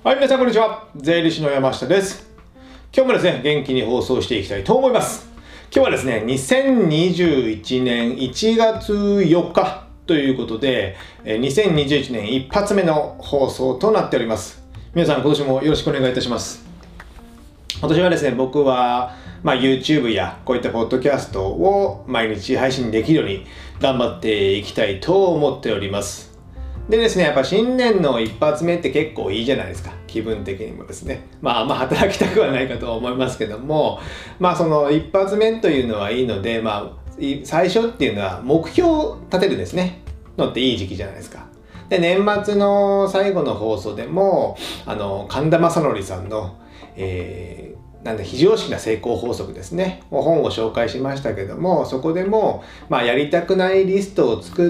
はい、皆さんこんにちは。税理士の山下です。今日もですね、元気に放送していきたいと思います。今日はですね、2021年1月4日ということで、2021年一発目の放送となっております。皆さん今年もよろしくお願いいたします。今年はですね、僕は、YouTube やこういったポッドキャストを毎日配信できるように頑張っていきたいと思っております。でですね、やっぱ新年の一発目って結構いいじゃないですか。気分的にもですね。あんま働きたくはないかとは思いますけども、その一発目というのはいいので、最初っていうのは目標を立てるんですね。のっていい時期じゃないですか。で、年末の最後の放送でも、神田正則さんの、非常識な成功法則ですね。本を紹介しましたけども、そこでも、やりたくないリストを作って、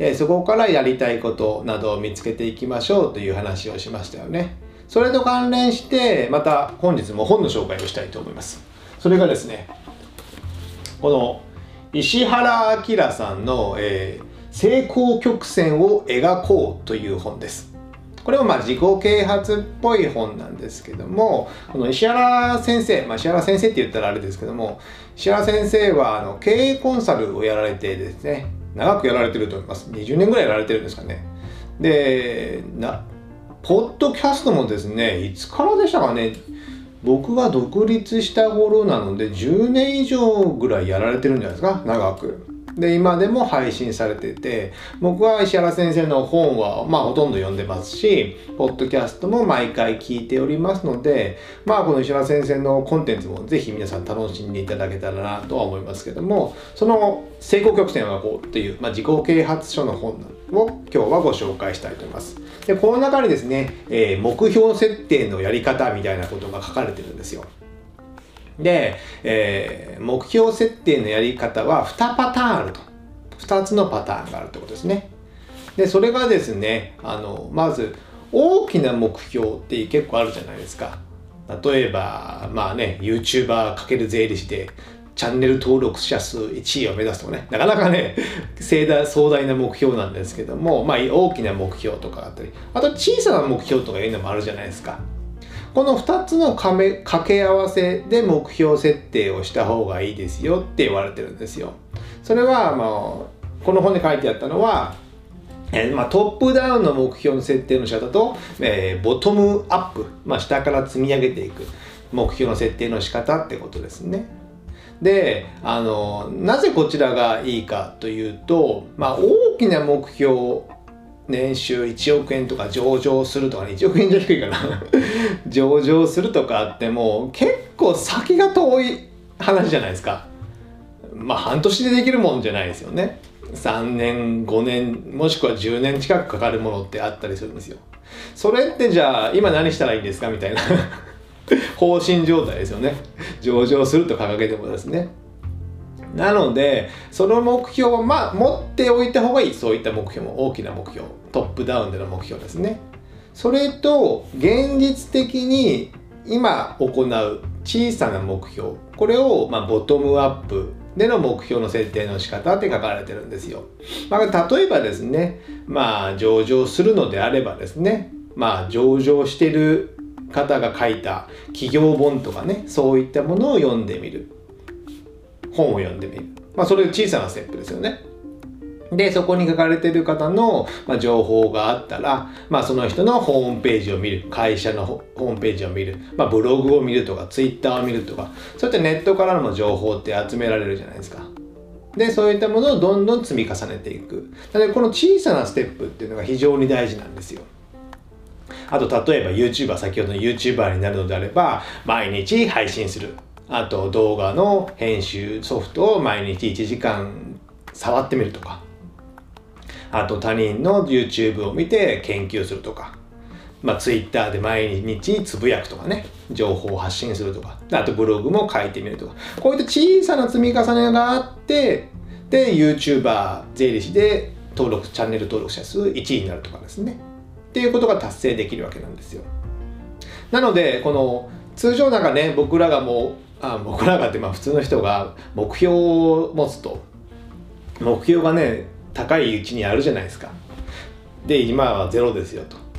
そこからやりたいことなどを見つけていきましょうという話をしましたよね。それと関連して、また本日も本の紹介をしたいと思います。それがですね、この石原明さんの、成功曲線を描こうという本です。これは自己啓発っぽい本なんですけども、この石原先生、石原先生って言ったらあれですけども、石原先生は経営コンサルをやられてですね、長くやられてると思います。20年ぐらいやられてるんですかね。で、ポッドキャストもですね、いつからでしたかね、僕が独立した頃なので10年以上ぐらいやられてるんじゃないですか、長く。で、今でも配信されてて、僕は石原先生の本はほとんど読んでますし、ポッドキャストも毎回聞いておりますので、この石原先生のコンテンツもぜひ皆さん楽しんでいただけたらなとは思いますけども、その成功曲線はこうっていう、自己啓発書の本を今日はご紹介したいと思います。で、この中にですね、目標設定のやり方みたいなことが書かれてるんですよ。で、目標設定のやり方は2パターンあると。2つのパターンがあるってことですね。で、それがですね、まず大きな目標って結構あるじゃないですか。例えば、YouTuber かける税理士でチャンネル登録者数1位を目指すとかね、なかなかね、壮大な目標なんですけども、大きな目標とかあったり、あと小さな目標とかいうのもあるじゃないですか。この2つの掛け合わせで目標設定をした方がいいですよって言われてるんですよ。それは、この本に書いてあったのは、トップダウンの目標の設定の仕方と、ボトムアップ、下から積み上げていく目標の設定の仕方ってことですね。で、なぜこちらがいいかというと、大きな目標、年収1億円とか上場するとかね、1億円じゃ低いかな上場するとかあっても結構先が遠い話じゃないですか。半年でできるもんじゃないですよね。3年5年もしくは10年近くかかるものってあったりするんですよ。それってじゃあ今何したらいいんですかみたいな放心状態ですよね。上場すると掲げてもですね。なので、その目標を持っておいた方がいい。そういった目標も大きな目標。トップダウンでの目標ですね。それと、現実的に今行う小さな目標。これを、ボトムアップでの目標の設定の仕方って書かれてるんですよ。例えばですね、上場するのであればですね、上場してる方が書いた企業本とかね、そういったものを読んでみる。本を読んでみる。それ小さなステップですよね。で、そこに書かれている方の、情報があったら、その人のホームページを見る。会社のホームページを見る。ブログを見るとか、ツイッターを見るとか、そういったネットからの情報って集められるじゃないですか。で、そういったものをどんどん積み重ねていく。なので、この小さなステップっていうのが非常に大事なんですよ。あと、例えば YouTuber、先ほどの YouTuber になるのであれば、毎日配信する。あと動画の編集ソフトを毎日1時間触ってみるとか、あと他人の YouTube を見て研究するとか、Twitter で毎日つぶやくとかね、情報を発信するとか、あとブログも書いてみるとか、こういった小さな積み重ねがあって、で YouTuber 税理士でチャンネル登録者数1位になるとかですね、っていうことが達成できるわけなんですよ。なのでこの通常僕らがって普通の人が目標を持つと、目標が高いうちにあるじゃないですか。で、今はゼロですよと。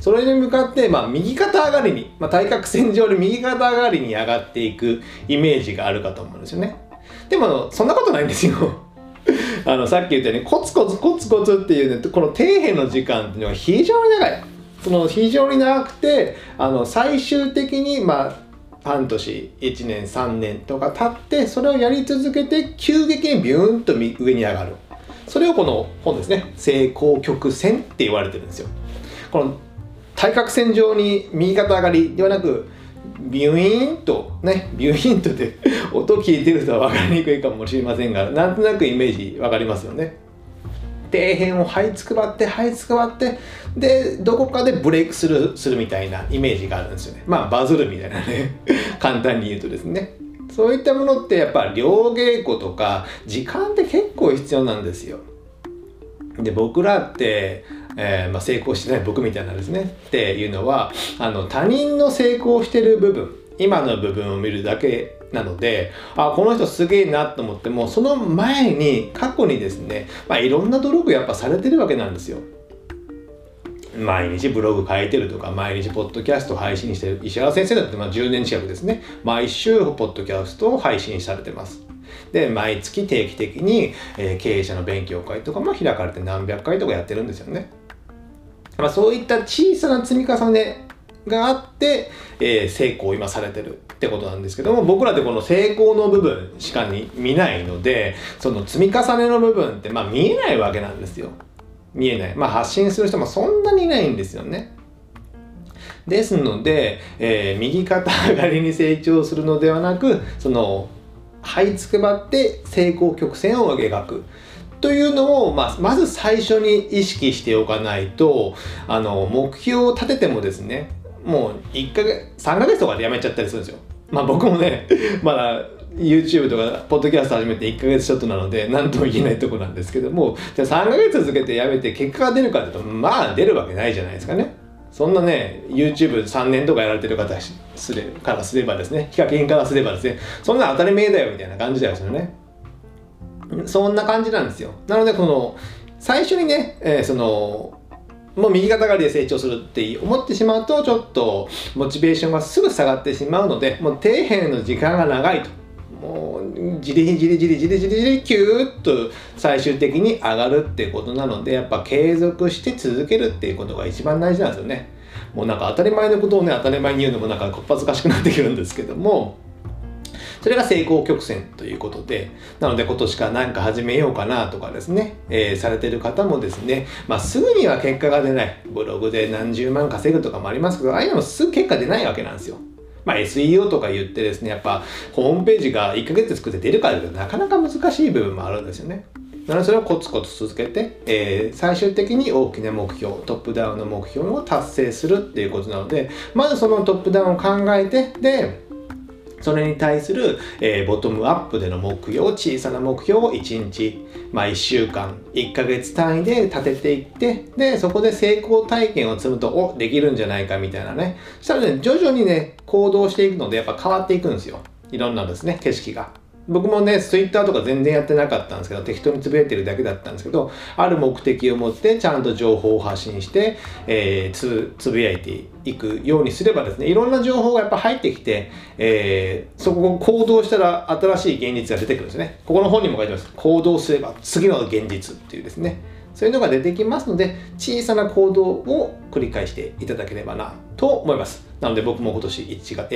それに向かって、右肩上がりに、対角線上で右肩上がりに上がっていくイメージがあるかと思うんですよね。でもそんなことないんですよ。さっき言ったようにコツコツコツコツっていうね、この底辺の時間っていうのが非常に長い。その非常に長くて、最終的に半年、1年、3年とか経って、それをやり続けて急激にビューンと上に上がる。それをこの本ですね、成功曲線って言われてるんですよ。この対角線上に右肩上がりではなく、ビューンとね、ビューンとで音聞いてる人は分かりにくいかもしれませんが、なんとなくイメージ分かりますよね。底辺を這いつくばって這いつくばって、でどこかでブレイクするみたいなイメージがあるんですよね。バズるみたいなね簡単に言うとですね、そういったものってやっぱ両稽古とか時間って結構必要なんですよ。で僕らって成功してない僕みたいなですねっていうのは他人の成功してる部分、今の部分を見るだけなので、この人すげえなと思っても、その前に過去にですね、いろんな努力やっぱされてるわけなんですよ。毎日ブログ書いてるとか、毎日ポッドキャスト配信してる。石原先生だって10年近くですね、毎週ポッドキャストを配信されてます。で毎月定期的に、経営者の勉強会とかも開かれて何百回とかやってるんですよね。そういった小さな積み重ねがあって、成功を今されてるってことなんですけども、僕らってこの成功の部分しか見ないので、その積み重ねの部分って見えないわけなんですよ。見えない。発信する人もそんなにいないんですよね。ですので、右肩上がりに成長するのではなく、その這いつくばって成功曲線を描くというのを、まず最初に意識しておかないと、目標を立ててもですね、もう1ヶ月3ヶ月とかでやめちゃったりするんですよ。僕もねまだ YouTube とかポッドキャスト始めて1ヶ月ちょっとなので何とも言えないところなんですけども、じゃあ3ヶ月続けてやめて結果が出るかというと出るわけないじゃないですかね。そんなね YouTube3 年とかやられてる方からすればですね、ヒカキンからすればですね、そんな当たり前だよみたいな感じですよね。そんな感じなんですよ。なのでこの最初にね、もう右肩上がりで成長するって思ってしまうと、ちょっとモチベーションがすぐ下がってしまうので、もう底辺の時間が長いと、もうじりじりじりじりじりじりキューッと最終的に上がるってことなので、やっぱ継続して続けるっていうことが一番大事なんですよね。もう当たり前のことをね、当たり前に言うのもこっぱずかしくなってくるんですけども、それが成功曲線ということで、なので今年から何か始めようかなとかですね、されてる方もですね、すぐには結果が出ない、ブログで何十万稼ぐとかもありますけど、ああいうのもすぐ結果出ないわけなんですよ。SEO とか言ってですね、やっぱホームページが1ヶ月作って出るかというとなかなか難しい部分もあるんですよね。なのでそれをコツコツ続けて、最終的に大きな目標、トップダウンの目標を達成するっていうことなので、まずそのトップダウンを考えて、でそれに対する、ボトムアップでの目標、小さな目標を1日、1週間、1ヶ月単位で立てていって、でそこで成功体験を積むと、できるんじゃないかみたいなね。そしたらね、徐々にね行動していくので、やっぱ変わっていくんですよ。いろんなですね、景色が。僕もね、Twitter とか全然やってなかったんですけど、適当につぶやいてるだけだったんですけど、ある目的を持ってちゃんと情報を発信して、つぶやいていくようにすればですね、いろんな情報がやっぱ入ってきて、そこを行動したら新しい現実が出てくるんですね。ここの本にも書いてます。行動すれば次の現実っていうですね、そういうのが出てきますので、小さな行動を繰り返していただければなと思います。なので僕も今年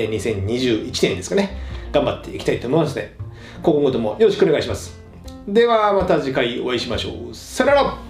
2021年ですかね、頑張っていきたいと思いますので、今後ともよろしくお願いします。ではまた次回お会いしましょう。さよなら。